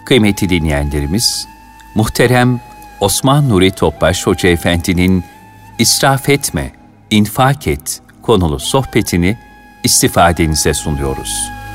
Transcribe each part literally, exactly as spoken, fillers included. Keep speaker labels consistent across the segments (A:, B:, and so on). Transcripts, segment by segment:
A: Kıymetli dinleyenlerimiz, muhterem Osman Nuri Topbaş Hoca Efendi'nin "İsraf etme, infak et" konulu sohbetini istifadenize sunuyoruz.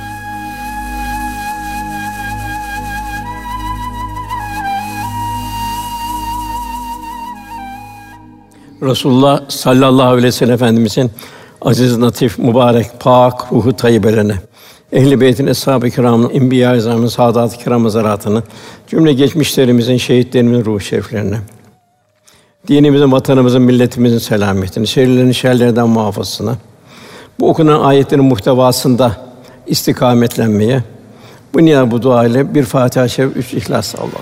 B: Resulullah sallallahu aleyhi ve sellem Efendimizin aziz, latif, mübarek, pak ruhu tayyibelerine, Ehl-i Beyt'in, Eshab-ı Kirâm'ın, Enbiya-i İzâm'ın, Sâdât-ı Kirâm hazaratına, cümle geçmişlerimizin, şehitlerimizin ruh şeriflerine, dinimizin, vatanımızın, milletimizin selametine, şerlerin şerlerden muhafazasına, bu okunan ayetlerin muhtevasında istikametlenmeye, bu niyaz bu dua ile bir Fatiha-i Şerif, üç İhlas Allah'ımız.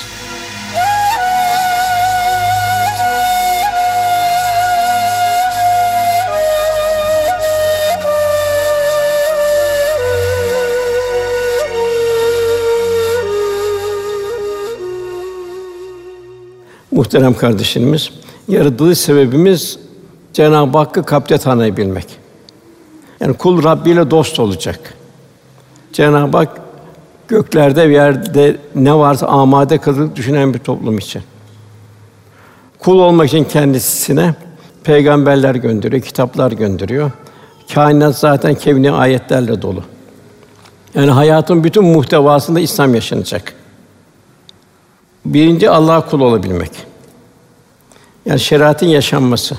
B: Muhterem kardeşlerimiz, yaratılış sebebimiz Cenab-ı Hakk'ı kalpte tanıyabilmek. Yani kul Rabbi ile dost olacak. Cenab-ı Hak göklerde ve yerde ne varsa amade kılıp düşünen bir toplum için. Kul olmak için kendisine peygamberler gönderiyor, kitaplar gönderiyor. Kainat zaten kevni ayetlerle dolu. Yani hayatın bütün muhtevasında İslam yaşanacak. Birinci, Allah'a kul olabilmek. Yani şeriatın yaşanması.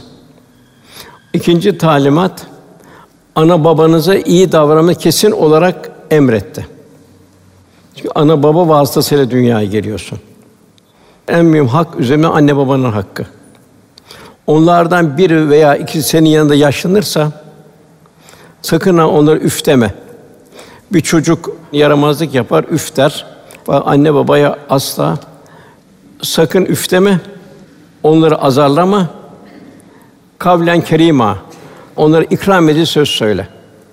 B: İkinci talimat, ana babanıza iyi davranmayı kesin olarak emretti. Çünkü ana baba vasıtasıyla dünyaya geliyorsun. En mühim hak üzerine anne babanın hakkı. Onlardan biri veya ikisi senin yanında yaşlanırsa sakın ha onları üf deme. Bir çocuk yaramazlık yapar, üf der. Anne babaya asla sakın üf deme. Onları azarlama. Kavlen kerîmâ. Onlara ikram edici söz söyle.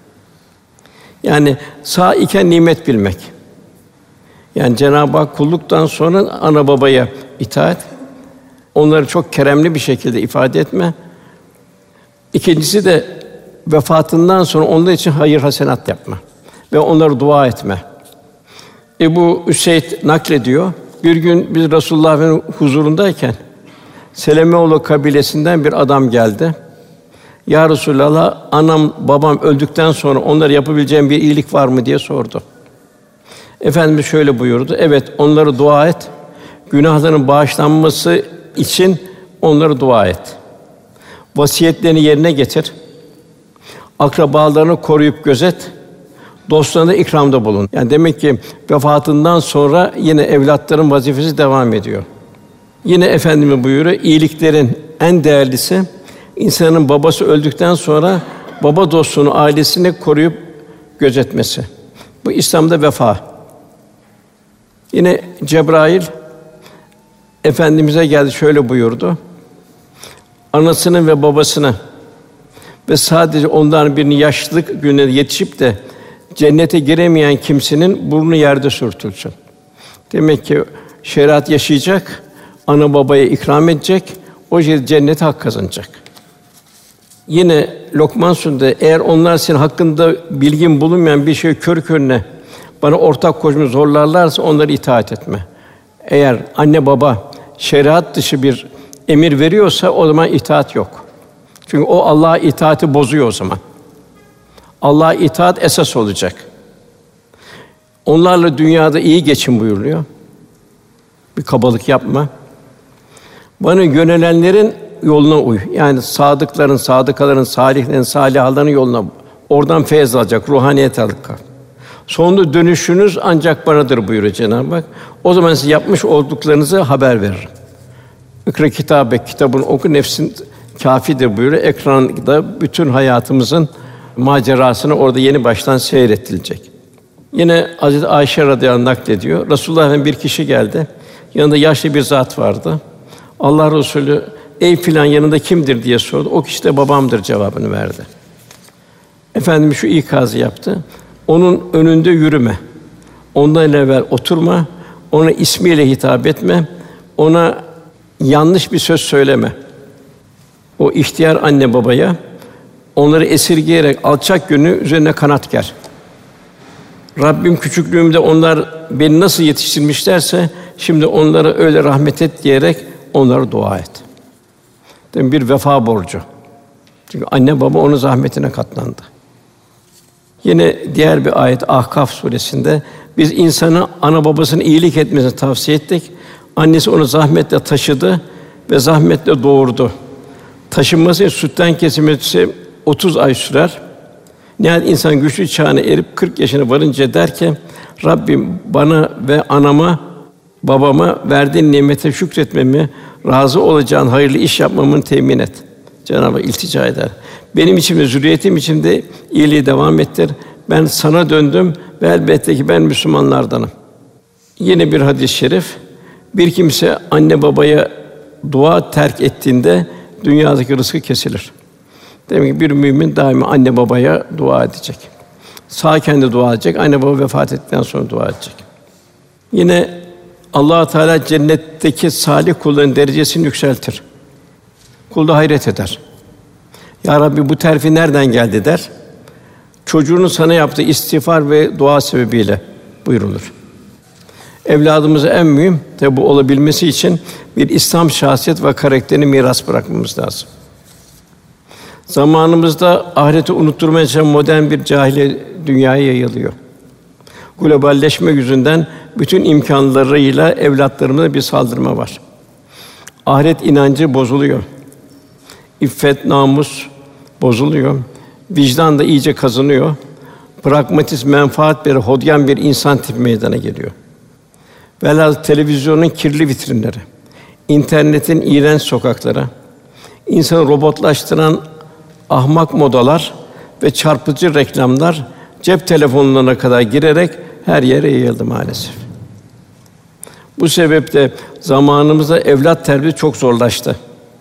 B: Yani sağ iken nimet bilmek. Yani Cenab-ı Hak kulluktan sonra ana babaya itaat. Onları çok keremli bir şekilde ifade etme. İkincisi de vefatından sonra onlar için hayır hasenat yapma ve onlara dua etme. Ebu Üseyd naklediyor. Bir gün biz Resulullah'ın huzurundayken Selemeoğlu kabilesinden bir adam geldi. Ya Resulallah, anam babam öldükten sonra onlara yapabileceğim bir iyilik var mı diye sordu. Efendimiz şöyle buyurdu: evet, onlara dua et. Günahların bağışlanması için onlara dua et. Vasiyetlerini yerine getir. Akrabalarını koruyup gözet. Dostlarına ikramda bulun. Yani demek ki vefatından sonra yine evlatların vazifesi devam ediyor. Yine Efendimiz buyuruyor, iyiliklerin en değerlisi insanın babası öldükten sonra baba dostunu, ailesini koruyup gözetmesi. Bu İslam'da vefa. Yine Cebrail Efendimiz'e geldi, şöyle buyurdu: anasını ve babasını ve sadece onların birini yaşlılık gününe yetişip de cennete giremeyen kimsenin burnu yerde sürtülsün. Demek ki şeriat yaşayacak, ana babaya ikram edecek, o şekilde cennete hak kazanacak. Yine Lokman Suresi'nde eğer onlar senin hakkında bilgin bulunmayan bir şey kör körüne bana ortak koşmayı zorlarlarsa onlara itaat etme. Eğer anne baba şeriat dışı bir emir veriyorsa o zaman itaat yok. Çünkü o Allah'a itaati bozuyor o zaman. Allah'a itaat esas olacak. Onlarla dünyada iyi geçin buyuruluyor. Bir kabalık yapma. Bana yönelenlerin yoluna uy. Yani sadıkların, sadıkaların, salihlerin, salihaların yoluna. Oradan feyz alacak, ruhaniyet alacak. Sonunda dönüşünüz ancak banadır buyuruyor Cenab-ı Hak. O zaman size yapmış olduklarınızı haber veririm. İkra kitâbek, kitabını oku, nefsin kâfidir buyuruyor. Ekranda bütün hayatımızın macerasını orada yeni baştan seyredilecek. Yine Hazreti Ayşe radıyallahu anh naklediyor. Resulullah'ın bir kişi geldi. Yanında yaşlı bir zat vardı. Allah Resulü, ey filan yanında kimdir diye sordu. O kişi de babamdır cevabını verdi. Efendimiz şu ikazı yaptı. Onun önünde yürüme. Ondan evvel oturma. Ona ismiyle hitap etme. Ona yanlış bir söz söyleme. O ihtiyar anne babaya onları esirgeyerek alçak gönlü üzerine kanat ger. Rabbim küçüklüğümde onlar beni nasıl yetiştirmişlerse şimdi onlara öyle rahmet et diyerek onlara dua et. Değil bir vefa borcu. Çünkü anne baba onun zahmetine katlandı. Yine diğer bir ayet Ahkaf suresinde biz insana ana babasının iyilik etmesini tavsiye ettik. Annesi onu zahmetle taşıdı ve zahmetle doğurdu. Taşınması sütten kesilmesi otuz ay sürer. Nihayet insan güçlü çağına erip kırk yaşına varınca der ki Rabbim bana ve anama, babama verdiğin nimete şükretmemi, razı olacağın hayırlı iş yapmamı temin et. Cenab-ı Hak iltica eder. Benim için ve zürriyetim için de iyiliği devam ettir. Ben sana döndüm ve elbette ki ben Müslümanlardanım. Yine bir hadis-i şerif, bir kimse anne babaya dua terk ettiğinde dünyadaki rızkı kesilir. Demek ki bir mümin daima anne babaya dua edecek. Sağken de dua edecek, anne baba vefat ettikten sonra dua edecek. Yine Allah Teala cennetteki salih kulların derecesini yükseltir. Kul da hayret eder. Ya Rabbi bu terfi nereden geldi der. Çocuğunun sana yaptığı istiğfar ve dua sebebiyle buyurulur. Evladımıza en mühim tabi bu olabilmesi için bir İslam şahsiyet ve karakterini miras bırakmamız lazım. Zamanımızda ahireti unutturmaya çalışan modern bir cahiliye dünyaya yayılıyor. Globalleşme yüzünden bütün imkânlarıyla evlatlarımıza bir saldırma var. Ahiret inancı bozuluyor. İffet, namus bozuluyor. Vicdan da iyice kazınıyor. Pragmatist, menfaat bir hodyan bir insan tipi meydana geliyor. Velhâsıl televizyonun kirli vitrinleri, internetin iğrenç sokakları, insanı robotlaştıran ahmak modalar ve çarpıcı reklamlar cep telefonlarına kadar girerek her yere yayıldı maalesef. Bu sebeple zamanımızda evlat terbiyesi çok zorlaştı.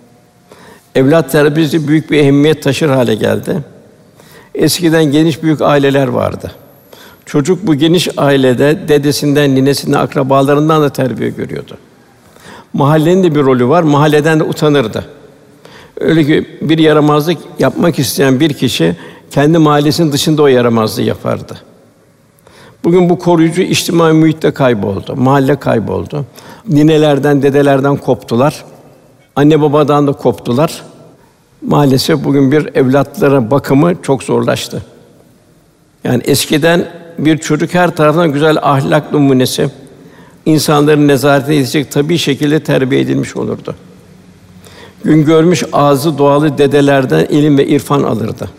B: Evlat terbiyesi büyük bir ehemmiyet taşır hale geldi. Eskiden geniş büyük aileler vardı. Çocuk bu geniş ailede dedesinden, ninesinden, akrabalarından da terbiye görüyordu. Mahallenin de bir rolü var, mahalleden de utanırdı. Öyle ki bir yaramazlık yapmak isteyen bir kişi kendi mahallesinin dışında o yaramazlığı yapardı. Bugün bu koruyucu içtimai muhitte kayboldu, mahalle kayboldu. Ninelerden, dedelerden koptular. Anne babadan da koptular. Maalesef bugün bir evlatlara bakımı çok zorlaştı. Yani eskiden bir çocuk her taraftan güzel ahlak numunesi, insanların nezaretine yetecek tabii şekilde terbiye edilmiş olurdu. Gün görmüş ağzı dualı dedelerden ilim ve irfan alırdı.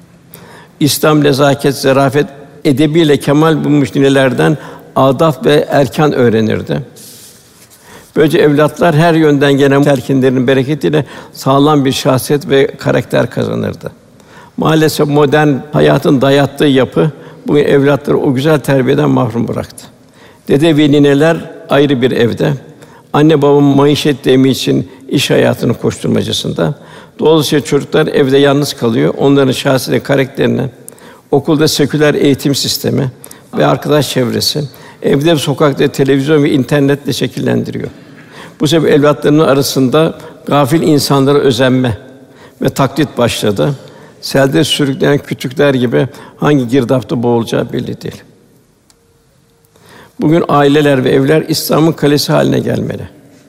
B: İslam nezaket, zarafet edebiyle kemal bulmuş ninelerden adab ve erkan öğrenirdi. Böylece evlatlar her yönden gelen telkinlerin bereketiyle sağlam bir şahsiyet ve karakter kazanırdı. Maalesef modern hayatın dayattığı yapı bugün evlatları o güzel terbiyeden mahrum bıraktı. Dede ve nineler ayrı bir evde, anne baba maişet temin için iş hayatının koşturmacasında. Dolayısıyla çocuklar evde yalnız kalıyor. Onların şahsiyet karakterini, okulda seküler eğitim sistemi ve arkadaş çevresi, evde ve sokakta televizyon ve internetle şekillendiriyor. Bu sebeple evlatlarının arasında gafil insanlara özenme ve taklit başladı. Selde sürüklenen kütükler gibi hangi girdapta boğulacağı belli değil. Bugün aileler ve evler İslam'ın kalesi haline gelmeli.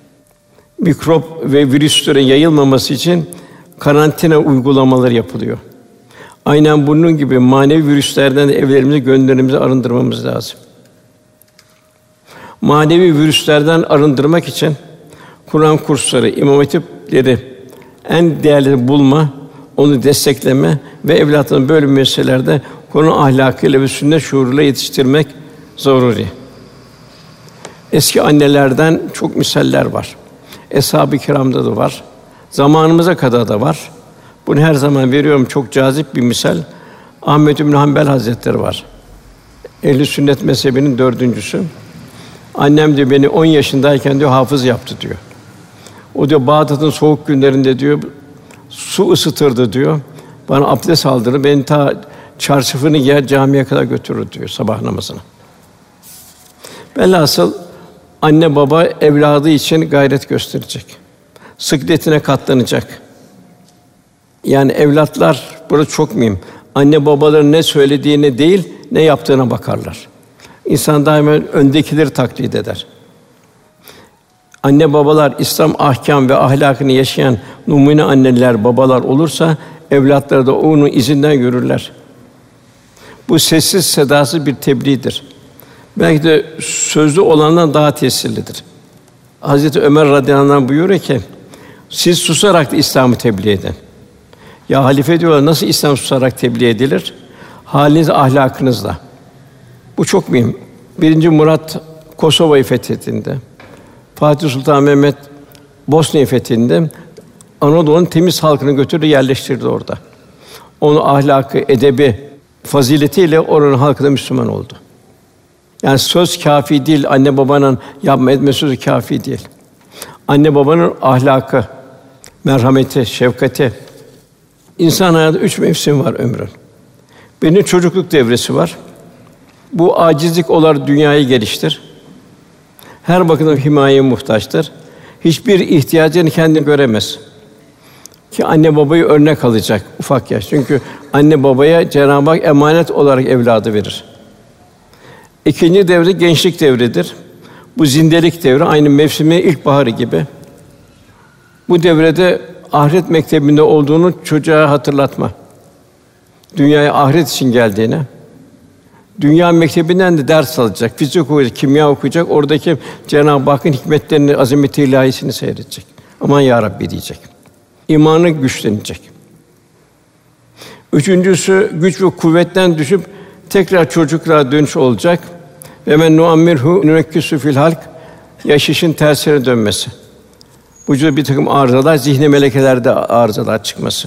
B: Mikrop ve virüslerin yayılmaması için karantina uygulamaları yapılıyor. Aynen bunun gibi manevi virüslerden de evlerimizi, gönüllerimizi arındırmamız lazım. Manevi virüslerden arındırmak için Kur'an kursları, imam hatipleri en değerli bulma, onu destekleme ve evlatlarını böyle meselelerde Kur'an ahlakıyla ve sünnet şuuruyla yetiştirmek zaruri. Eski annelerden çok misaller var. Eshab-ı Kiram'da da var. Zamanımıza kadar da var. Bunu her zaman veriyorum, çok cazip bir misal. Ahmed bin Hanbel Hazretleri var. Ehl-i Sünnet mezhebinin dördüncüsü. Annem diyor beni on yaşındayken diyor hafız yaptı diyor. O diyor Bağdat'ın soğuk günlerinde diyor su ısıtırdı diyor. Bana abdest aldırır, beni ta çarşafını giyer camiye kadar götürür diyor sabah namazına. Velhasıl anne baba evladı için gayret gösterecek. Sıkletine katlanacak. Yani evlatlar burada çok mühim. Anne babaların ne söylediğine değil, ne yaptığına bakarlar. İnsan daima öndekileri taklit eder. Anne babalar İslam ahkâm ve ahlakını yaşayan numune anneler, babalar olursa evlatları da onun izinden yürürler. Bu sessiz sedasız bir tebliğdir. Belki de sözlü olandan daha tesirlidir. Hazreti Ömer radıyallahu anh buyuruyor ki, siz susarak da İslam'ı tebliğ edin. Ya halife diyorlar, nasıl İslam susarak tebliğ edilir? Haliniz, ahlakınızla. Bu çok mühim. Birinci Murat Kosova'yı fethettiğinde, Fatih Sultan Mehmet Bosna'yı fethettiğinde Anadolu'nun temiz halkını götürdü, yerleştirdi orada. Onun ahlakı, edebi, faziletiyle oranın halkı da Müslüman oldu. Yani söz kâfi değil, anne babanın yapma etme sözü kâfi değil. Anne babanın ahlakı, merhameti, şefkati. İnsan hayatında üç mevsim var ömrün. Birinin çocukluk devresi var. Bu acizlik olarak dünyayı geliştir. Her bakımdan himayeye muhtaçtır. Hiçbir ihtiyacını kendi göremez. Ki anne babayı örnek alacak ufak yaş. Çünkü anne babaya Cenab-ı Hak emanet olarak evladı verir. İkinci devre gençlik devridir. Bu zindelik devri, aynı mevsimi ilkbaharı gibi. Bu devrede ahiret mektebinde olduğunu çocuğa hatırlatma. Dünyaya ahiret için geldiğini, dünya mektebinden de ders alacak, fizik okuyacak, kimya okuyacak, oradaki Cenab-ı Hakk'ın hikmetlerini, azamet-i ilahisini seyredecek. Aman ya Rabbi diyecek. İmanı güçlenecek. Üçüncüsü güç ve kuvvetten düşüp tekrar çocukluğa dönüş olacak. Ve men nuammirhu nunekkisu fil halk, yaşayışın tersine dönmesi. Vücuda bir takım arızalar, zihni melekelerde arızalar çıkması.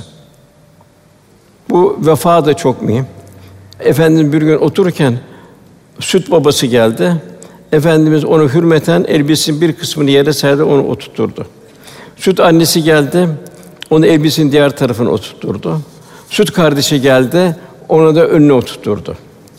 B: Bu vefa da çok mühim. Efendimiz bir gün otururken süt babası geldi. Efendimiz onu hürmeten elbisesinin bir kısmını yere serdi, onu oturtturdu. Süt annesi geldi, onu elbisesinin diğer tarafına oturtturdu. Süt kardeşi geldi, onu da önüne oturtturdu.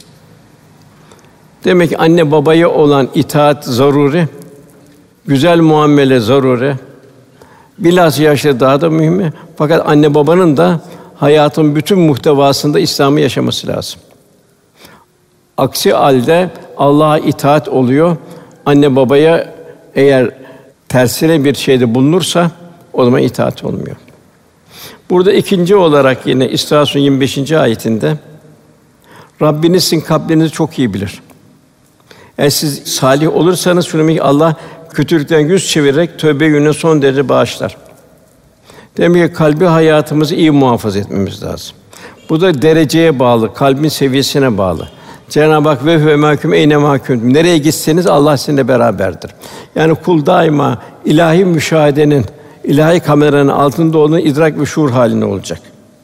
B: Demek ki anne babaya olan itaat zaruri, güzel muamele zaruri. Bilhassa yaşta daha da mühim. Fakat anne babanın da hayatın bütün muhtevasında İslam'ı yaşaması lazım. Aksi halde Allah'a itaat oluyor. Anne babaya eğer tersine bir şeyde bulunursa o zaman itaat olmuyor. Burada ikinci olarak yine İsra Suresi yirmi beşinci ayetinde Rabbiniz sizin kalplerinizi çok iyi bilir. Eğer siz salih olursanız şunu bilin ki Allah kötülükten yüz çevirerek tövbe yönüne son derece bağışlar. Demek ki kalbi hayatımızı iyi muhafaza etmemiz lazım. Bu da dereceye bağlı, kalbin seviyesine bağlı. Cenab-ı Hak ve ve mahkum eyne mahkum. Nereye gitseniz Allah sizinle beraberdir. Yani kul daima ilahi müşahedenin, ilahi kameranın altında olduğunu idrak ve şuur halinde olacak.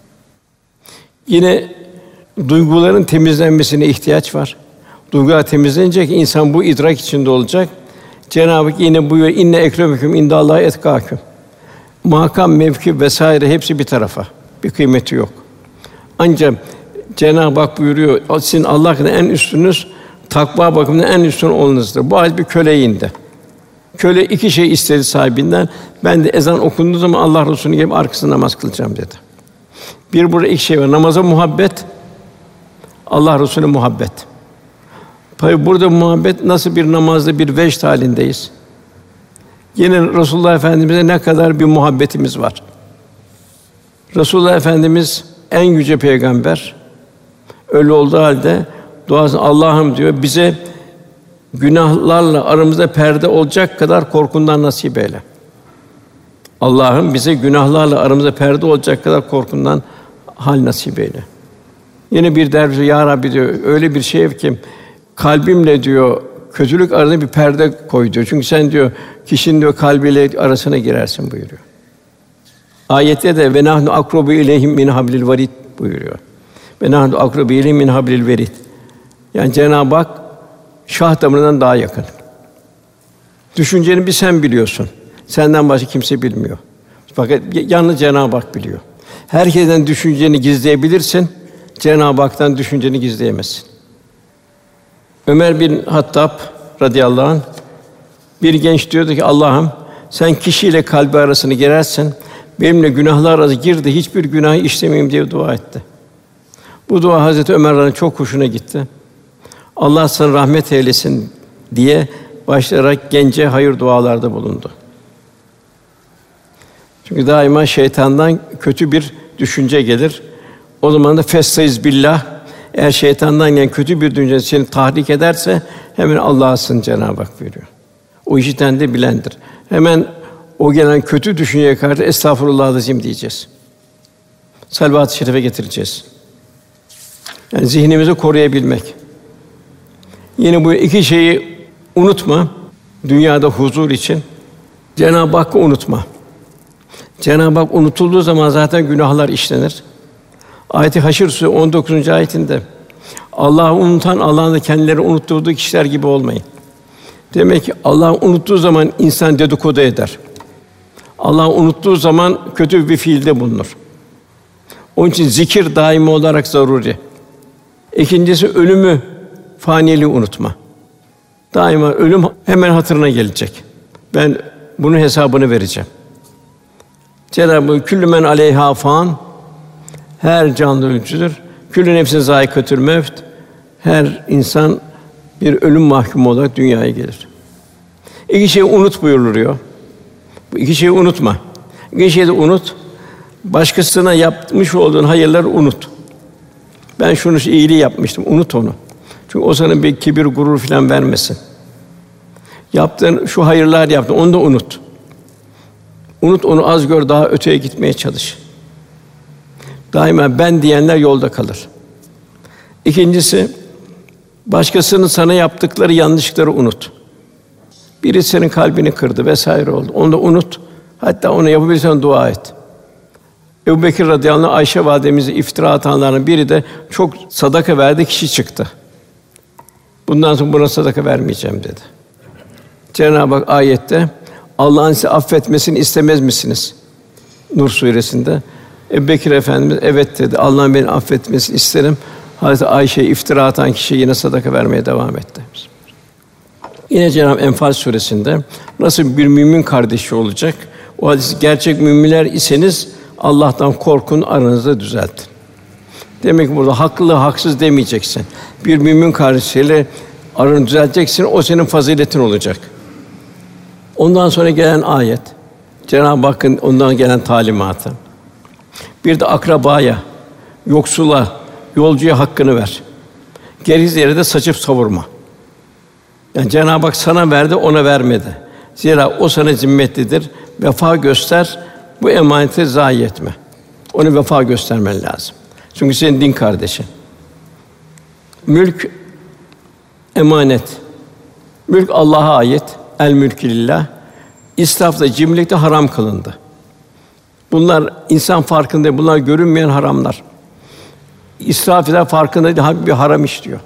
B: Yine duyguların temizlenmesine ihtiyaç var. Duygular temizlenince ki insan bu idrak içinde olacak. Cenab-ı Hak yine buyuruyor: inne ekremeküm indallahi etkâküm. Makam, mevki vesaire hepsi bir tarafa. Bir kıymeti yok. Ancak Cenab-ı Hak buyuruyor: sizin Allah katında en üstünüz takva bakımından en üstün olanınızdır. Bu ayet bir köleye indi. Köle iki şey istedi sahibinden. Ben de ezan okunduğu zaman Allah Resulü'nün gibi arkasında namaz kılacağım dedi. Bir burada iki şey var. Namaza muhabbet, Allah Resulü'ne muhabbet. Tabi burada muhabbet nasıl bir namazda bir vecd halindeyiz. Yine Resulullah Efendimiz'e ne kadar bir muhabbetimiz var. Resulullah Efendimiz en yüce peygamber. Öyle olduğu halde duasında Allah'ım diyor, bize günahlarla aramızda perde olacak kadar korkundan nasip eyle. Allah'ım bize günahlarla aramızda perde olacak kadar korkundan hal nasip eyle. Yine bir derviş ya Rabbi diyor, öyle bir şey ki kalbimle diyor kötülük arasında bir perde koy diyor. Çünkü sen diyor kişinin diyor kalbiyle arasına girersin buyuruyor. Ayette de ve nahnu akrabu ileyhim min hablil varid buyuruyor. Ve nahnu akrabu ileyhim min hablil verid. Yani Cenab-ı Hak şah damarından daha yakın. Düşünceni bir sen biliyorsun. Senden başka kimse bilmiyor. Fakat yalnız Cenab-ı Hak biliyor. Herkesten düşünceni gizleyebilirsin. Cenab-ı Hak'tan düşünceni gizleyemezsin. Ömer bin Hattab radıyallahu anh bir genç diyordu ki Allah'ım sen kişiyle kalbi arasını girersen benimle günahlar arası gir de hiçbir günahı işlemeyeyim diye dua etti. Bu dua Hazreti Ömer'in çok hoşuna gitti. Allah sana rahmet eylesin diye başlayarak gence hayır dualarda bulundu. Çünkü daima şeytandan kötü bir düşünce gelir. O zaman da festaiz billah, eğer şeytandan gelen kötü bir düşünce seni tahrik ederse hemen Allah'a sığın Cenab-ı Hak buyuruyor. O işiten de bilendir. Hemen o gelen kötü düşünceye karşı estağfurullah'l-azim diyeceğiz. Salavat-ı şerife getireceğiz. Yani zihnimizi koruyabilmek. Yine bu iki şeyi unutma. Dünyada huzur için Cenab-ı Hakk'ı unutma. Cenab-ı Hak unutulduğu zaman zaten günahlar işlenir. Ayet-i Haşr Suresi on dokuzuncu ayetinde Allah'ı unutan Allah'ın da kendileri unutturduğu kişiler gibi olmayın. Demek ki Allah'ı unuttuğu zaman insan dedikodu eder. Allah'ı unuttuğu zaman kötü bir fiilde bulunur. Onun için zikir daimi olarak zaruri. İkincisi ölümü, faniliği unutma. Daima ölüm hemen hatırına gelecek. Ben bunun hesabını vereceğim. Cenab-ı Hak küllü men aleyhâ fân, her canlı ölümsüzdür. Küllü nefsin zâikatül mevt, her insan bir ölüm mahkumu olarak dünyaya gelir. İki şeyi unut buyuruluyor. Bu iki şeyi unutma. İki şeyi de unut. Başkasına yapmış olduğun hayırları unut. Ben şunu iyiliği yapmıştım, unut onu. Çünkü o sana bir kibir, gurur filan vermesin. Yaptığın şu hayırlar yaptın, onu da unut. Unut onu, az gör, daha öteye gitmeye çalış. Daima ben diyenler yolda kalır. İkincisi, başkasının sana yaptıkları yanlışlıkları unut. Biri senin kalbini kırdı vesaire oldu. Onu da unut. Hatta onu yapabilirsen dua et. Ebubekir radıyallahu anh Ayşe validemize iftira atanların biri de çok sadaka verdi kişi çıktı. Bundan sonra buna sadaka vermeyeceğim dedi. Cenab-ı Hak ayette Allah'ın sizi affetmesini istemez misiniz? Nur suresinde. Ebubekir Efendimiz evet dedi. Allah'ın beni affetmesini isterim. Hazreti Ayşe'ye iftira atan kişi yine sadaka vermeye devam etti. Yine Cenab-ı Hak Enfal suresinde nasıl bir mümin kardeşi olacak? O halde gerçek müminler iseniz Allah'tan korkun, aranızda düzeltin. Demek ki burada haklı, haksız demeyeceksin. Bir mümin kardeşiyle aranı düzelteceksin, o senin faziletin olacak. Ondan sonra gelen ayet, Cenab-ı Hakk'ın ondan gelen talimatı. Bir de akrabaya, yoksula, yolcuya hakkını ver. Gereksiz yere de saçıp savurma. Yani Cenab-ı Hak sana verdi, ona vermedi. Zira o sana zimmetlidir. Vefa göster, bu emaneti zayi etme. Ona vefa göstermen lazım. Çünkü senin din kardeşin. Mülk emanet. Mülk Allah'a ait. El mülkü lillah. İsraf da cimrilik de haram kılındı. Bunlar insan farkında değil, bunlar görünmeyen haramlar. İsraf eden farkında değil, halbuki bir haram işliyor.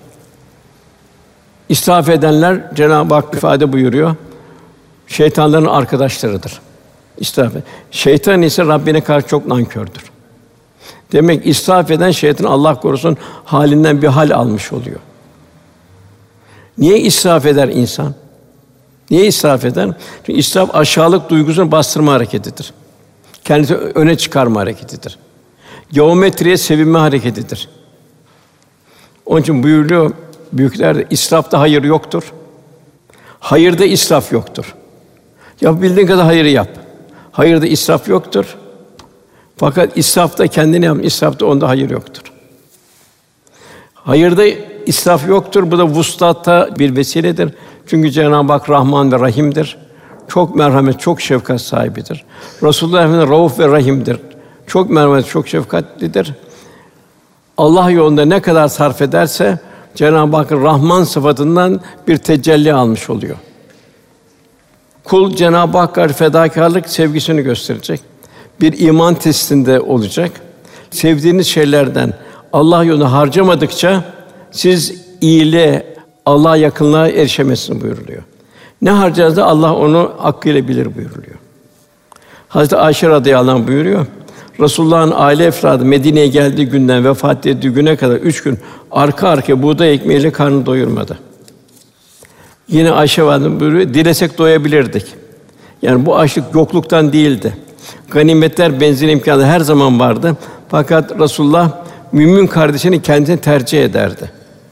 B: İsraf edenler Cenab-ı Hak ifade buyuruyor. Şeytanların arkadaşlarıdır. İsraf. Şeytan ise Rabbine karşı çok nankördür. Demek israf eden şeytan Allah korusun halinden bir hal almış oluyor. Niye israf eder insan? Niye israf eder? Çünkü israf aşağılık duygusunu bastırma hareketidir. Kendini öne çıkarma hareketidir. Geometriye sevinme hareketidir. Onun için buyuruyor büyükler, israfta hayır yoktur. Hayırda israf yoktur. Yapabildiğin kadar hayır yap. Hayırda israf yoktur. Fakat israfta kendini yap, israfta onda hayır yoktur. Hayırda israf yoktur. Bu da vuslata bir vesiledir. Çünkü Cenab-ı Hak Rahman ve Rahim'dir. Çok merhamet, çok şefkat sahibidir. Resulullah Efendimiz Rauf ve Rahim'dir. Çok merhamet, çok şefkatlidir. Allah yolunda ne kadar sarf ederse Cenab-ı Hakk'ın Rahman sıfatından bir tecelli almış oluyor. Kul Cenab-ı Hakk'a fedakârlık sevgisini gösterecek. Bir iman testinde olacak. Sevdiğiniz şeylerden Allah yolunda harcamadıkça siz iyiliğe, Allah'a yakınlığa erişemezsiniz buyuruluyor. Ne harcarsa Allah onu hakkıyla bilir buyuruluyor. Hazreti Ayşe radıyallahu anh buyuruyor. Resulullah'ın aile efradı Medine'ye geldiği günden vefat ettiği güne kadar üç gün arka arkaya buğday ekmeğiyle karnını doyurmadı. Yine Ayşe validemiz buyuruyor, dilesek doyabilirdik. Yani bu açlık yokluktan değildi. Ganimetler, benzin imkânı her zaman vardı. Fakat Resulullah mümin kardeşini kendisine tercih ederdi.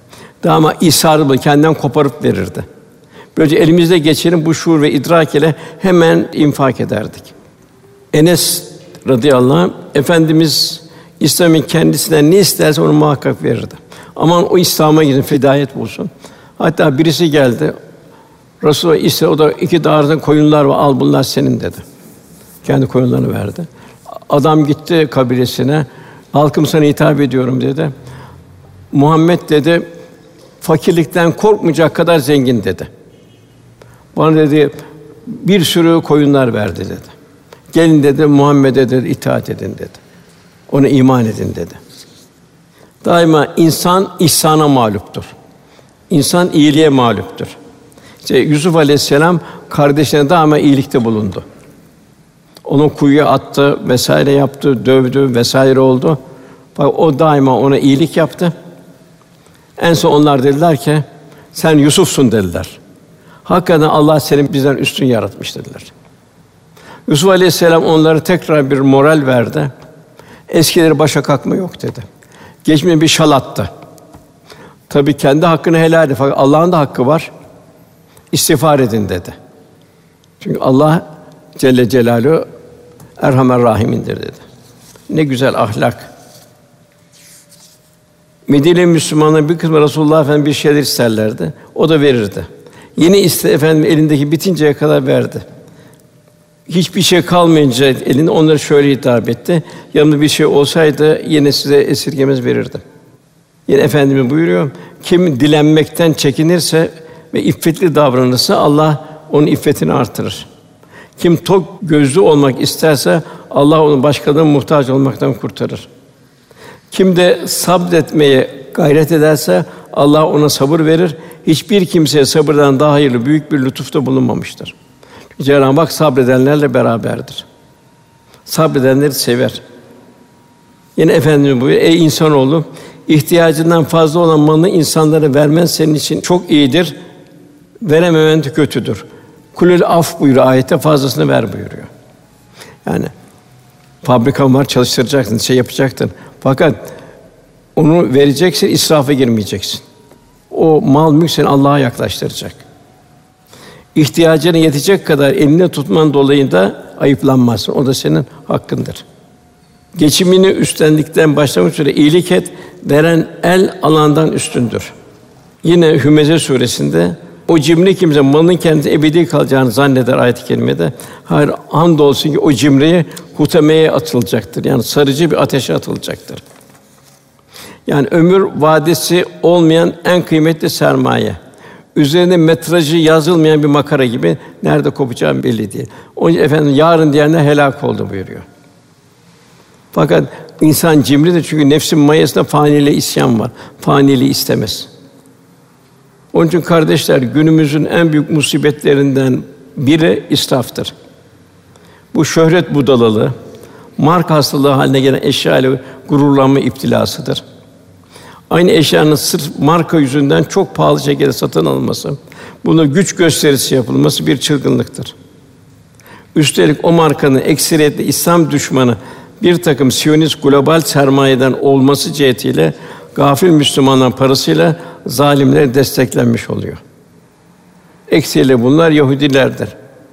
B: Daima isarlı kendinden koparıp verirdi. Böylece elimizde geçenin bu şuur ve idrak ile hemen infak ederdik. Enes radıyallahu anh, Efendimiz İslam'ın kendisinden ne isterse onu muhakkak verirdi. Aman o İslam'a gidin, fidayet bulsun. Hatta birisi geldi, Resulullah iste, o da iki dağarda koyunlar var, al bunlar senin dedi. Kendi koyunlarını verdi. Adam gitti kabilesine, halkım sana hitap ediyorum dedi. Muhammed dedi, fakirlikten korkmayacak kadar zengin dedi. Bana dedi, bir sürü koyunlar verdi dedi. Gelin dedi, Muhammed'e dedi, itaat edin dedi. Ona iman edin dedi. Daima insan ihsana mağluptur. İnsan iyiliğe mağluptur. İşte Yusuf Aleyhisselam kardeşine daima iyilikte bulundu. Onu kuyuya attı, vesaire yaptı, dövdü, vesaire oldu. Fakat o daima ona iyilik yaptı. En son onlar dediler ki, sen Yusuf'sun dediler. Hakikaten Allah seni bizden üstün yaratmış dediler. Yusuf Aleyhisselam onlara tekrar bir moral verdi. Eskileri başa kalkma yok dedi. Geçmişe bir şal attı. Tabii kendi hakkını helal etti fakat Allah'ın da hakkı var. İstiğfar edin dedi. Çünkü Allah Celle Celaluhu Erhamer Rahimindir dedi. Ne güzel ahlak. Medine Müslümanları bir kısmı Resulullah Efendimiz bir şeyler isterlerdi. O da verirdi. Yine iste efendim elindeki bitinceye kadar verdi. Hiçbir şey kalmayınca elinde onları şöyle hitap etti. Yanımda bir şey olsaydı yine size esirgemez verirdim. Yine Efendimiz buyuruyor. Kim dilenmekten çekinirse ve iffetli davranırsa Allah onun iffetini artırır. Kim tok gözlü olmak isterse Allah onu başkalarına muhtaç olmaktan kurtarır. Kim de sabretmeye gayret ederse Allah ona sabır verir. Hiçbir kimseye sabırdan daha hayırlı büyük bir lütufta bulunmamıştır. Cenab-ı Hak sabredenlerle beraberdir. Sabredenleri sever. Yine Efendimiz buyuruyor: Ey insanoğlu, ihtiyacından fazla olan malını insanlara vermen senin için çok iyidir. Verememen de kötüdür. Kulül af buyuruyor ayette, fazlasını ver buyuruyor. Yani fabrikan var, çalıştıracaksın, şey yapacaksın. Fakat onu vereceksin, israfa girmeyeceksin. O mal mülk seni Allah'a yaklaştıracak. İhtiyacına yetecek kadar elinde tutman dolayında ayıplanmazsın. O da senin hakkındır. Geçimini üstlendikten başlamak üzere iyilik et, veren el alandan üstündür. Yine Hümeze suresinde o cimri kimse malının kendisi ebedi kalacağını zanneder ayet-i kerimede. Hayır, andolsun ki o cimriye hutemeye atılacaktır. Yani sarıcı bir ateşe atılacaktır. Yani ömür vadesi olmayan en kıymetli sermaye. Üzerinde metrajı yazılmayan bir makara gibi nerede kopacağı belli değil. Onun için efendim yarın diyenler helak oldu buyuruyor. Fakat insan cimridir çünkü nefsin mayasında faniliğe isyan var. Faniliği istemez. Onun için kardeşler, günümüzün en büyük musibetlerinden biri israftır. Bu şöhret budalalığı, marka hastalığı haline gelen eşya ile gururlanma iptilasıdır. Aynı eşyanın sırf marka yüzünden çok pahalı şekilde satın alınması, buna güç gösterisi yapılması bir çılgınlıktır. Üstelik o markanın ekseriyetle İslam düşmanı bir takım Siyonist global sermayeden olması cihetiyle gafil Müslümanların parasıyla zalimlere desteklenmiş oluyor. Eksiyle bunlar Yahudilerdir.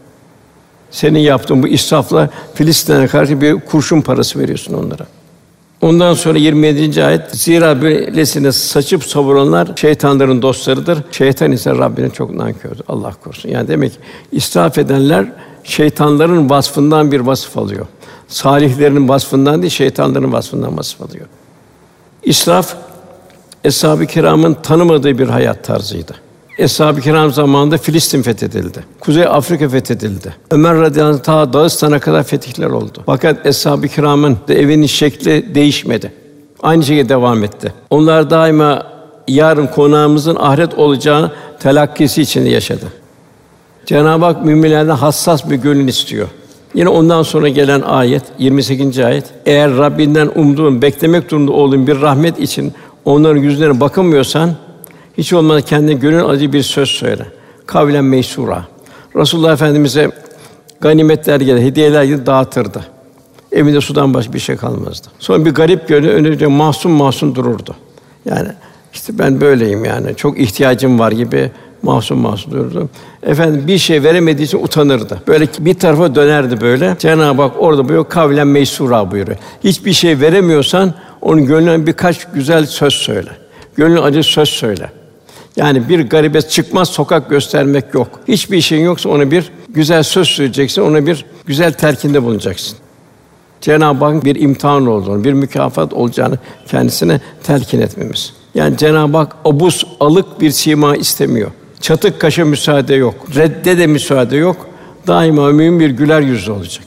B: Senin yaptığın bu israfla Filistin'e karşı bir kurşun parası veriyorsun onlara. Ondan sonra yirmi yedinci ayet, zira böylesine saçıp savuranlar şeytanların dostlarıdır. Şeytan ise Rabbine çok nankördür. Allah korusun. Yani demek ki israf edenler şeytanların vasfından bir vasıf alıyor. Salihlerin vasfından değil, şeytanların vasfından vasıf alıyor. İsraf, Eshab-ı Kiram'ın tanımadığı bir hayat tarzıydı. Eshab-ı Kiram zamanında Filistin fethedildi. Kuzey Afrika fethedildi. Ömer radıyallahu anh ta Dağıstan'a kadar fetihler oldu. Fakat Eshab-ı Kiram'ın evinin şekli değişmedi. Aynı şekilde devam etti. Onlar daima yarın konağımızın ahiret olacağını telakkisi içinde yaşadı. Cenab-ı Hak müminlerden hassas bir gönül istiyor. Yine ondan sonra gelen ayet, yirmi sekizinci ayet. Eğer Rabbinden umduğun, beklemek durumunda olduğun bir rahmet için onların yüzlerine bakınmıyorsan, hiç olmazsa kendine gönül alıcı bir söz söyle. Kavlen meysura. Resulullah Efendimiz'e ganimetler gelir, hediyeler gelir, dağıtırdı. Evinde sudan başka bir şey kalmazdı. Sonra bir garip görünür, önünde mahzun mahzun dururdu. Yani İşte ben böyleyim yani. Çok ihtiyacım var gibi mahzun mahzun dururdum. Efendim bir şey veremediği için utanırdı. Böyle bir tarafa dönerdi böyle. Cenab-ı Hak orada buyuruyor, kavlen meysûrâ buyuruyor. Hiçbir şey veremiyorsan onun gönlüne birkaç güzel söz söyle. Gönlüne acı söz söyle. Yani bir garibe çıkmaz sokak göstermek yok. Hiçbir şeyin yoksa ona bir güzel söz söyleyeceksin, ona bir güzel telkinde bulunacaksın. Cenab-ı Hakk'ın bir imtihan olduğunu, bir mükafat olacağını kendisine telkin etmemiz. Yani Cenab-ı Hak obuz, alık bir sima istemiyor. Çatık kaşa müsaade yok. Redde de müsaade yok. Daima mümin bir güler yüzlü olacak.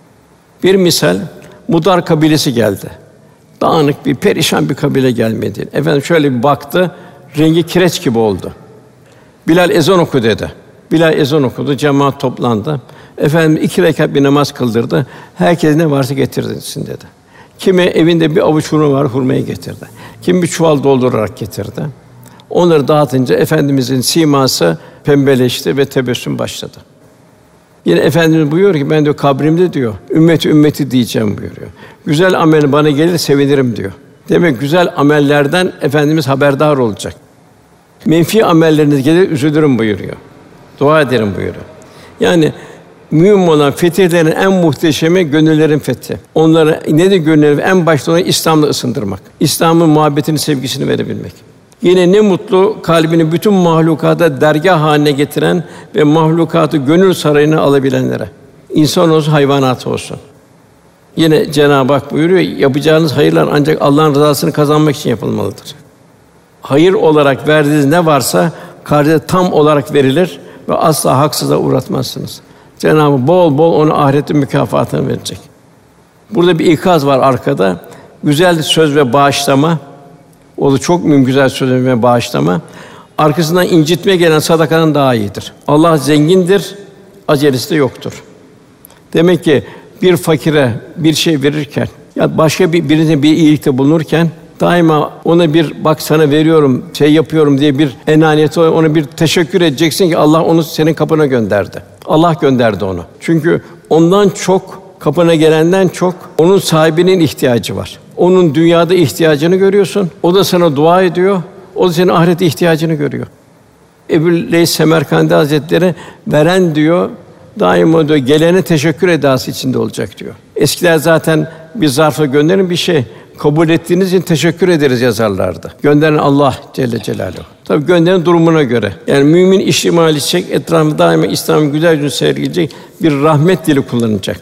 B: Bir misal, Mudar kabilesi geldi. Dağınık bir, perişan bir kabile gelmedi. Efendim şöyle bir baktı, rengi kireç gibi oldu. Bilal ezan oku dedi. Bilal ezan okudu, cemaat toplandı. Efendim iki rekat bir namaz kıldırdı. Herkes ne varsa getirsin dedi. Kimi evinde bir avuç hurma var, hurmayı getirdi. Kim bir çuval doldurarak getirdi. Onları dağıtınca Efendimizin siması pembeleşti ve tebessüm başladı. Yine Efendimiz buyuruyor ki ben diyor kabrimde diyor ümmeti ümmeti diyeceğim buyuruyor. Güzel amel bana gelir sevinirim diyor. Demek güzel amellerden Efendimiz haberdar olacak. Menfi amelleriniz gelir üzülürüm buyuruyor. Dua ederim buyuruyor. Yani mühim olan fetihlerin en muhteşemi gönüllerin fethi. Onlara ne de gönülleri en başta ona İslam'la ısındırmak. İslam'ın muhabbetini, sevgisini verebilmek. Yine ne mutlu kalbini bütün mahlukata dergâh haline getiren ve mahlukatı gönül sarayına alabilenlere. İnsan olsun, hayvanat olsun. Yine Cenab-ı Hak buyuruyor, yapacağınız hayırlar ancak Allah'ın rızasını kazanmak için yapılmalıdır. Hayır olarak verdiğiniz ne varsa karşılığı tam olarak verilir ve asla haksıza uğratmazsınız. Cenab-ı Hak bol bol ona ahirette mükafatını verecek. Burada bir ikaz var arkada. Güzel söz ve bağışlama. O da çok mühim güzel söz ve bağışlama. Arkasından incitme gelen sadakanın daha iyidir. Allah zengindir, acelesi de yoktur. Demek ki bir fakire bir şey verirken ya başka bir birine bir iyilikte bulunurken daima ona bir bak sana veriyorum, şey yapıyorum diye bir enaniyeti ona bir teşekkür edeceksin ki Allah onu senin kapına gönderdi. Allah gönderdi onu. Çünkü ondan çok kapına gelenden çok onun sahibinin ihtiyacı var. Onun dünyada ihtiyacını görüyorsun. O da sana dua ediyor. O da senin ahirete ihtiyacını görüyor. Ebu Leys Semerkandi Hazretleri veren diyor, daima diyor gelene teşekkür edası içinde olacak diyor. Eskiler zaten bir zarfa gönderin bir şey kabul ettiğiniz için teşekkür ederiz yazarlardı. Gönderen Allah Celle Celaluhu. Tabii gönderen durumuna göre. Yani mümin iştimal edecek, etrafında daima İslam'ın güzel yüzünü sergileyecek bir rahmet dili kullanacak.